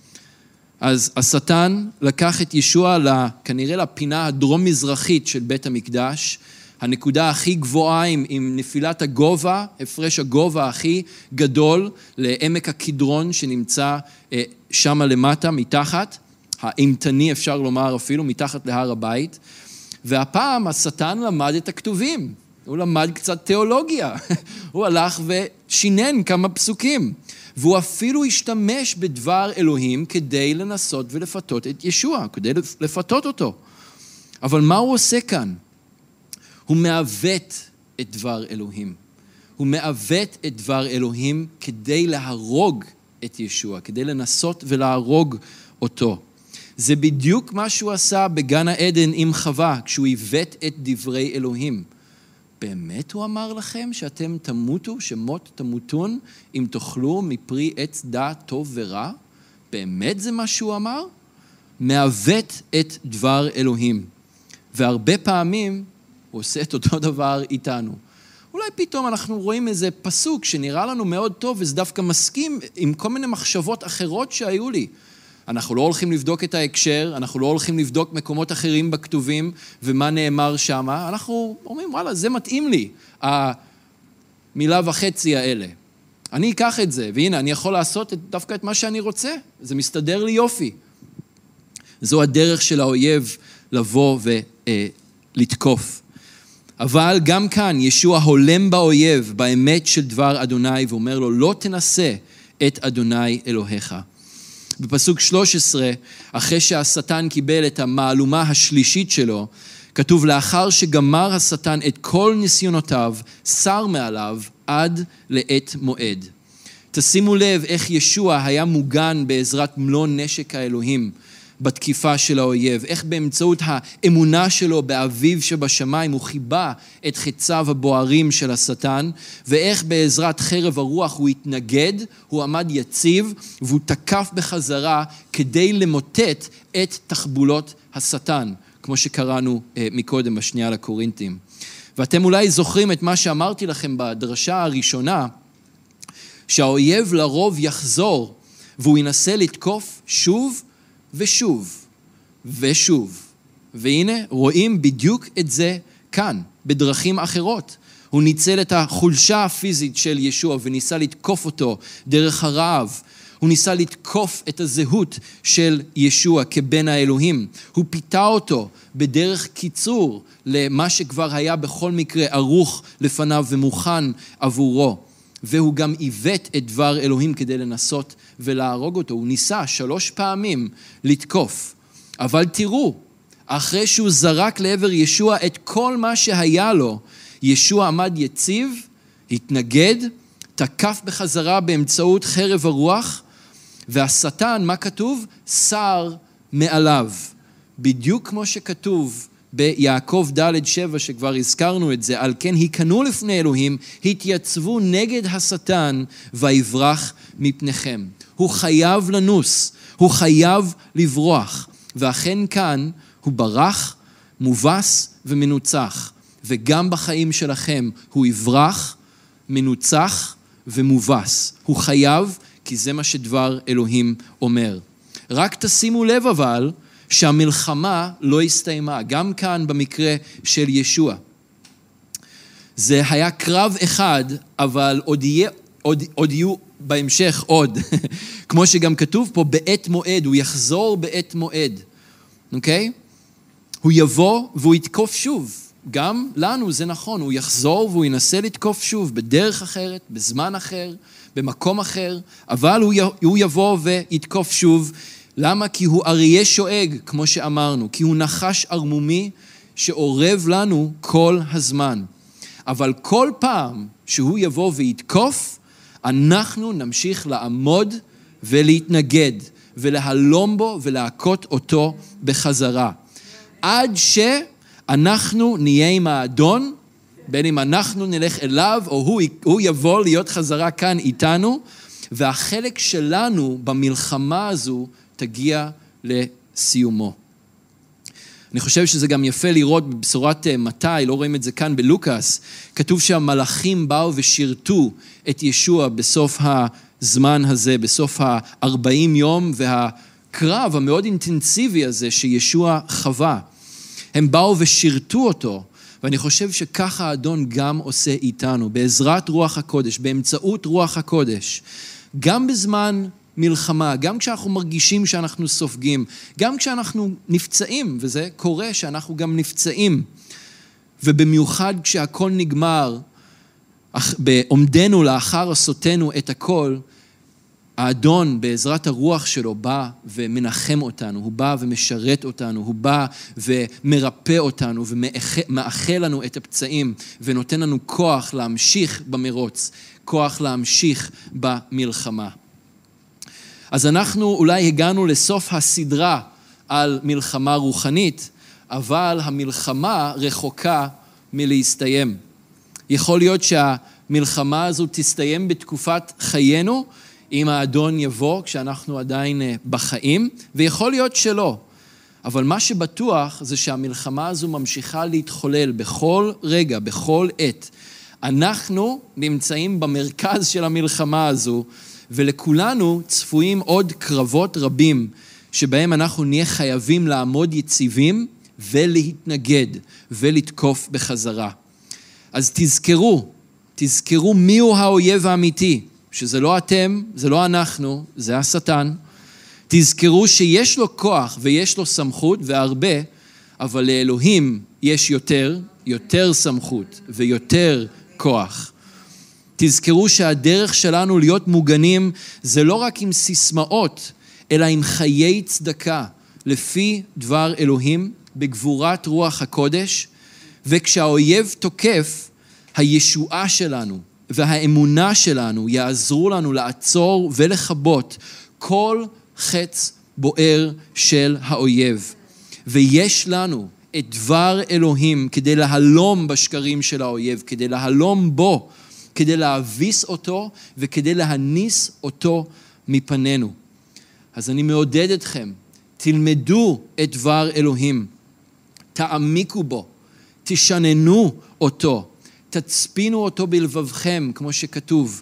אז השטן לקח את ישוע כנראה לפינה הדרום-מזרחית של בית המקדש, הנקודה הכי גבוהה עם, עם נפילת הגובה, הפרש הגובה הכי גדול לעמק הקדרון שנמצא אה, שם למטה, מתחת, האימתני אפשר לומר אפילו, מתחת להר הבית, והפעם השטן למד את הכתובים, הוא למד קצת תיאולוגיה, הוא הלך ושינן כמה פסוקים, והוא אפילו השתמש בדבר אלוהים כדי לנסות ולפתות את ישוע, כדי לפתות אותו. אבל מה הוא עושה כאן? הוא מעוות את דבר אלוהים. הוא מעוות את דבר אלוהים כדי להרוג את ישוע, כדי לנסות ולהרוג אותו. זה בדיוק מה שהוא עשה בגן העדן עם חווה, כשהוא עיוות את דברי אלוהים. באמת הוא אמר לכם שאתם תמותו, שמות תמותון, אם תאכלו מפרי עץ דעת טוב ורע? באמת זה מה שהוא אמר? מעוות את דבר אלוהים. והרבה פעמים הוא עושה את אותו דבר איתנו. אולי פתאום אנחנו רואים איזה פסוק שנראה לנו מאוד טוב, וזה דווקא מסכים עם כל מיני מחשבות אחרות שהיו לי. אנחנו לא הולכים לבדוק את ההקשר, אנחנו לא הולכים לבדוק מקומות אחרים בכתובים, ומה נאמר שם. אנחנו אומרים, וואלה, זה מתאים לי, המילה וחצי האלה. אני אקח את זה, והנה, אני יכול לעשות דווקא את מה שאני רוצה. זה מסתדר לי יופי. זו הדרך של האויב לבוא ולתקוף. אבל גם כאן ישוע הולם באויב באמת של דבר אדוני, ואומר לו, לא תנסה את אדוני אלוהיך. בפסוק שלוש עשרה, אחרי שהשטן קיבל את המעלומה השלישית שלו, כתוב, לאחר שגמר השטן את כל ניסיונותיו, שר מעליו עד לעת מועד. תשימו לב איך ישוע היה מוגן בעזרת מלוא נשק האלוהים בתקיפה של האויב, איך באמצעות האמונה שלו באביו שבשמיים הוא חיבה את חציו הבוערים של השטן, ואיך בעזרת חרב הרוח הוא התנגד, הוא עמד יציב, והוא תקף בחזרה כדי למוטט את תחבולות השטן, כמו שקראנו מקודם בשנייה לקורינתים. ואתם אולי זוכרים את מה שאמרתי לכם בדרשה הראשונה, שהאויב לרוב יחזור, והוא ינסה לתקוף שוב ושוב ושוב. והנה רואים בדיוק את זה כאן, בדרכים אחרות. הוא ניצל את החולשה הפיזית של ישוע וניסה לתקוף אותו דרך הרעב. הוא ניסה לתקוף את הזהות של ישוע כבן האלוהים. הוא פיתה אותו בדרך קיצור למה שכבר היה בכל מקרה ערוך לפניו ומוכן עבורו. והוא גם עיוות את דבר אלוהים כדי לנסות ולהרוג אותו. הוא ניסה שלוש פעמים לתקוף. אבל תראו, אחרי שהוא זרק לעבר ישוע את כל מה שהיה לו, ישוע עמד יציב, התנגד, תקף בחזרה באמצעות חרב הרוח, והשטן, מה כתוב? שר מעליו. בדיוק כמו שכתוב ביעקב ד' שבע, שכבר הזכרנו את זה, על כן היכנו לפני אלוהים, התייצבו נגד השטן ויברח מפניכם. הוא חייב לנוס, הוא חייב לברוח, ואכן כאן הוא ברח, מובס ומנוצח, וגם בחיים שלכם הוא יברח, מנוצח ומובס. הוא חייב, כי זה מה שדבר אלוהים אומר. רק תשימו לב אבל, שהמלחמה לא הסתיימה, גם כאן במקרה של ישוע. זה היה קרב אחד, אבל עוד, יהיה, עוד, עוד יהיו בהמשך עוד. כמו שגם כתוב פה, בעת מועד, הוא יחזור בעת מועד. אוקיי? הוא יבוא והוא יתקוף שוב. גם לנו זה נכון, הוא יחזור והוא ינסה לתקוף שוב, בדרך אחרת, בזמן אחר, במקום אחר, אבל הוא יבוא ויתקוף שוב. למה? כי הוא אריה שואג, כמו שאמרנו, כי הוא נחש ערמומי שעורב לנו כל הזמן. אבל כל פעם שהוא יבוא ויתקוף, אנחנו נמשיך לעמוד ולהתנגד, ולהלום בו ולהכות אותו בחזרה. עד שאנחנו נהיה עם האדון, בין אם אנחנו נלך אליו, או הוא, הוא יבוא להיות חזרה כאן איתנו, והחלק שלנו במלחמה הזו תגיע לסיומו. אני חושב שזה גם יפה לראות בבשורת מתי, לא רואים את זה כאן בלוקאס, כתוב שהמלאכים באו ושירתו את ישוע בסוף הזמן הזה, בסוף ה-ארבעים יום, והקרב המאוד אינטנסיבי הזה שישוע חווה. הם באו ושירתו אותו, ואני חושב שככה האדון גם עושה איתנו, בעזרת רוח הקודש, באמצעות רוח הקודש, גם בזמן מלחמה, גם כשאנחנו מרגישים שאנחנו סופגים, גם כשאנחנו נפצעים, וזה קורה שאנחנו גם נפצעים, ובמיוחד כשהכל נגמר, בעומדנו לאחר עשותנו את הכל, האדון בעזרת הרוח שלו בא ומנחם אותנו, הוא בא ומשרת אותנו, הוא בא ומרפא אותנו ומאחל לנו את הפצעים ונותן לנו כוח להמשיך במרוץ, כוח להמשיך במלחמה. אז אנחנו אולי הגענו לסוף הסדרה על מלחמה רוחנית, אבל המלחמה רחוקה מלהסתיים. יכול להיות שהמלחמה הזו תסתיים בתקופת חיינו, אם האדון יבוא כשאנחנו עדיין בחיים, ויכול להיות שלא. אבל מה שבטוח זה שהמלחמה הזו ממשיכה להתחולל בכל רגע, בכל עת. אנחנו נמצאים במרכז של המלחמה הזו, ולכולנו צפויים עוד קרבות רבים, שבהם אנחנו נהיה חייבים לעמוד יציבים ולהתנגד ולתקוף בחזרה. אז תזכרו, תזכרו מיהו האויב האמיתי, שזה לא אתם, זה לא אנחנו, זה השטן. תזכרו שיש לו כוח ויש לו סמכות והרבה, אבל לאלוהים יש יותר, יותר סמכות ויותר כוח. תזכרו שהדרך שלנו להיות מוגנים זה לא רק עם סיסמאות, אלא עם חיי צדקה, לפי דבר אלוהים, בגבורת רוח הקודש, וכשהאויב תוקף, הישועה שלנו והאמונה שלנו יעזרו לנו לעצור ולחבות כל חץ בוער של האויב. ויש לנו את דבר אלוהים כדי להלום בשקרים של האויב, כדי להלום בו, כדי להביס אותו וכדי להניס אותו מפנינו. אז אני מעודד אתכם, תלמדו את דבר אלוהים, תעמיקו בו, תשננו אותו, תצפינו אותו בלבבכם, כמו שכתוב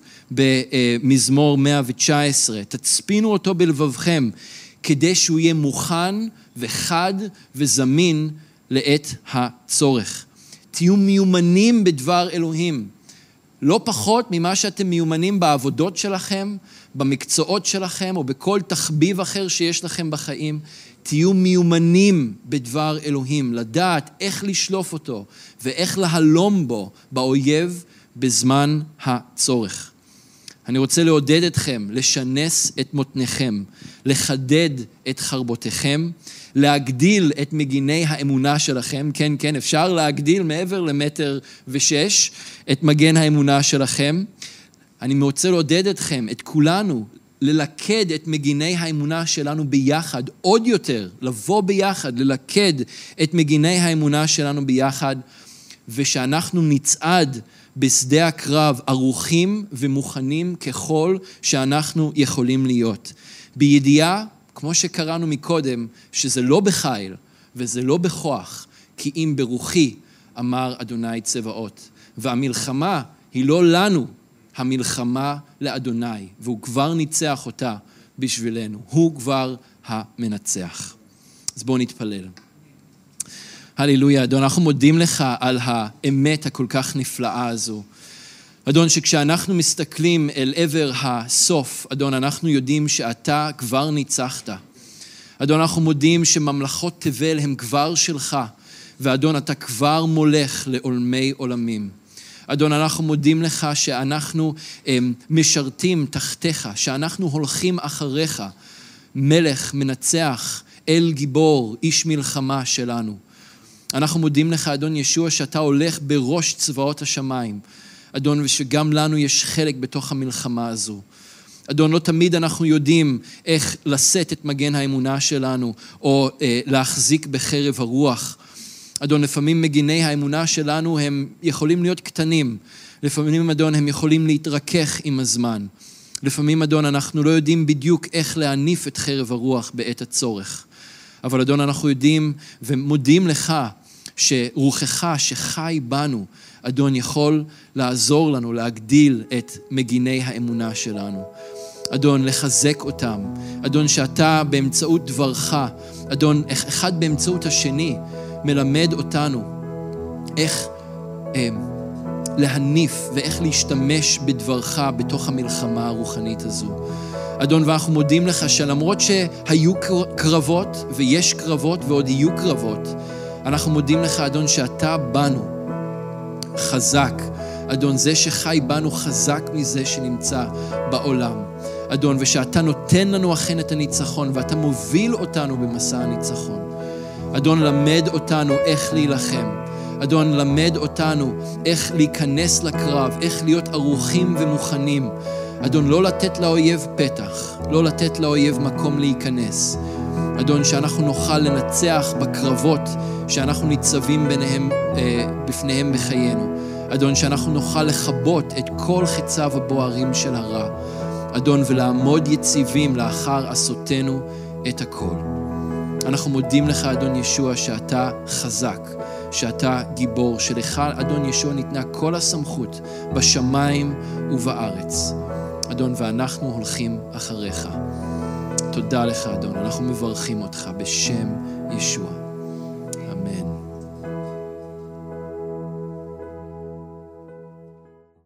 במזמור מאה תשע עשרה, תצפינו אותו בלבבכם, כדי שהוא יהיה מוכן וחד וזמין לעת הצורך. תהיו מיומנים בדבר אלוהים, לא פחות ממה שאתם מיומנים בעבודות שלכם, במקצועות שלכם, או בכל תחביב אחר שיש לכם בחיים. תהיו מיומנים בדבר אלוהים, לדעת איך לשלוף אותו, ואיך להלום בו באויב בזמן הצורך. אני רוצה לעודד אתכם, לשנס את מותניכם, לחדד את חרבותיכם, להגדיל את מגיני האמונה שלכם, כן, כן, אפשר להגדיל מעבר למטר ושש את מגן האמונה שלכם. אני רוצה לעודד אתכם, את כולנו, ללכד את מגיני האמונה שלנו ביחד, עוד יותר, לבוא ביחד, ללכד את מגיני האמונה שלנו ביחד, ושאנחנו נצעד בשדה הקרב ערוכים ומוכנים ככל שאנחנו יכולים להיות. בידיעה, כמו שקראנו מקודם, שזה לא בחיל וזה לא בכוח, כי אם ברוחי, אמר אדוני צבאות. והמלחמה היא לא לנו, המלחמה לאדוני, והוא כבר ניצח אותה בשבילנו. הוא כבר המנצח. אז בואו נתפלל. הללויה, אדון, אנחנו מודים לך על האמת הכל כך נפלאה הזו. אדון, שכשאנחנו מסתכלים אל עבר הסוף, אדון, אנחנו יודעים שאתה כבר ניצחת. אדון, אנחנו מודים שממלכות תבל הם כבר שלך, ואדון, אתה כבר מולך לעולמי עולמים. אדון, אנחנו מודים לך שאנחנו משרתים תחתיך, שאנחנו הולכים אחריך, מלך, מנצח, אל גיבור, איש מלחמה שלנו. אנחנו מודים לך, אדון ישוע, שאתה הולך בראש צבאות השמיים. אדון, ושגם לנו יש חלק בתוך המלחמה הזו. אדון, לא תמיד אנחנו יודעים איך לשאת את מגן האמונה שלנו, או אה, להחזיק בחרב הרוח. אדון, לפעמים מגיני האמונה שלנו הם יכולים להיות קטנים. לפעמים, אדון, הם יכולים להתרכך עם הזמן. לפעמים, אדון, אנחנו לא יודעים בדיוק איך להניף את חרב הרוח בעת הצורך. אבל אדון, אנחנו יודעים ומודים לך שרוחך שחי בנו, אדון, יכול לעזור לנו להגדיל את מגיני האמונה שלנו. אדון, לחזק אותם. אדון, שאתה באמצעות דברך, אדון, אחד באמצעות השני, מלמד אותנו איך אה, להניף ואיך להשתמש בדברך בתוך המלחמה הרוחנית הזו. אדון, ואנחנו מודים לך שלמרות שהיו קרבות ויש קרבות ועוד יהיו קרבות, אנחנו מודים לך, אדון, שאתה בנו חזק. אדון, זה שחי בנו חזק מזה שנמצא בעולם. אדון, ושאתה נותן לנו אכן את הניצחון, ואתה מוביל אותנו במסע הניצחון. אדון, למד אותנו איך להילחם. אדון, למד אותנו איך להיכנס לקרב, איך להיות ערוכים ומוכנים. אדון, לא לתת לאויב פתח, לא לתת לאויב מקום להיכנס. אדון, שאנחנו נוכל לנצח בקרבות שאנחנו ניצבים ביניהם, אה, בפניהם בחיינו. אדון, שאנחנו נוכל לחבות את כל חיציו הבוערים של הרע. אדון, ולעמוד יציבים לאחר עשותנו את הכל. אנחנו מודים לך, אדון ישוע, שאתה חזק, שאתה גיבור, שלך, אדון ישוע, ניתנה כל הסמכות בשמיים ובארץ. אדון, ואנחנו הולכים אחריך. תודה לך, אדון. אנחנו מברכים אותך בשם ישוע.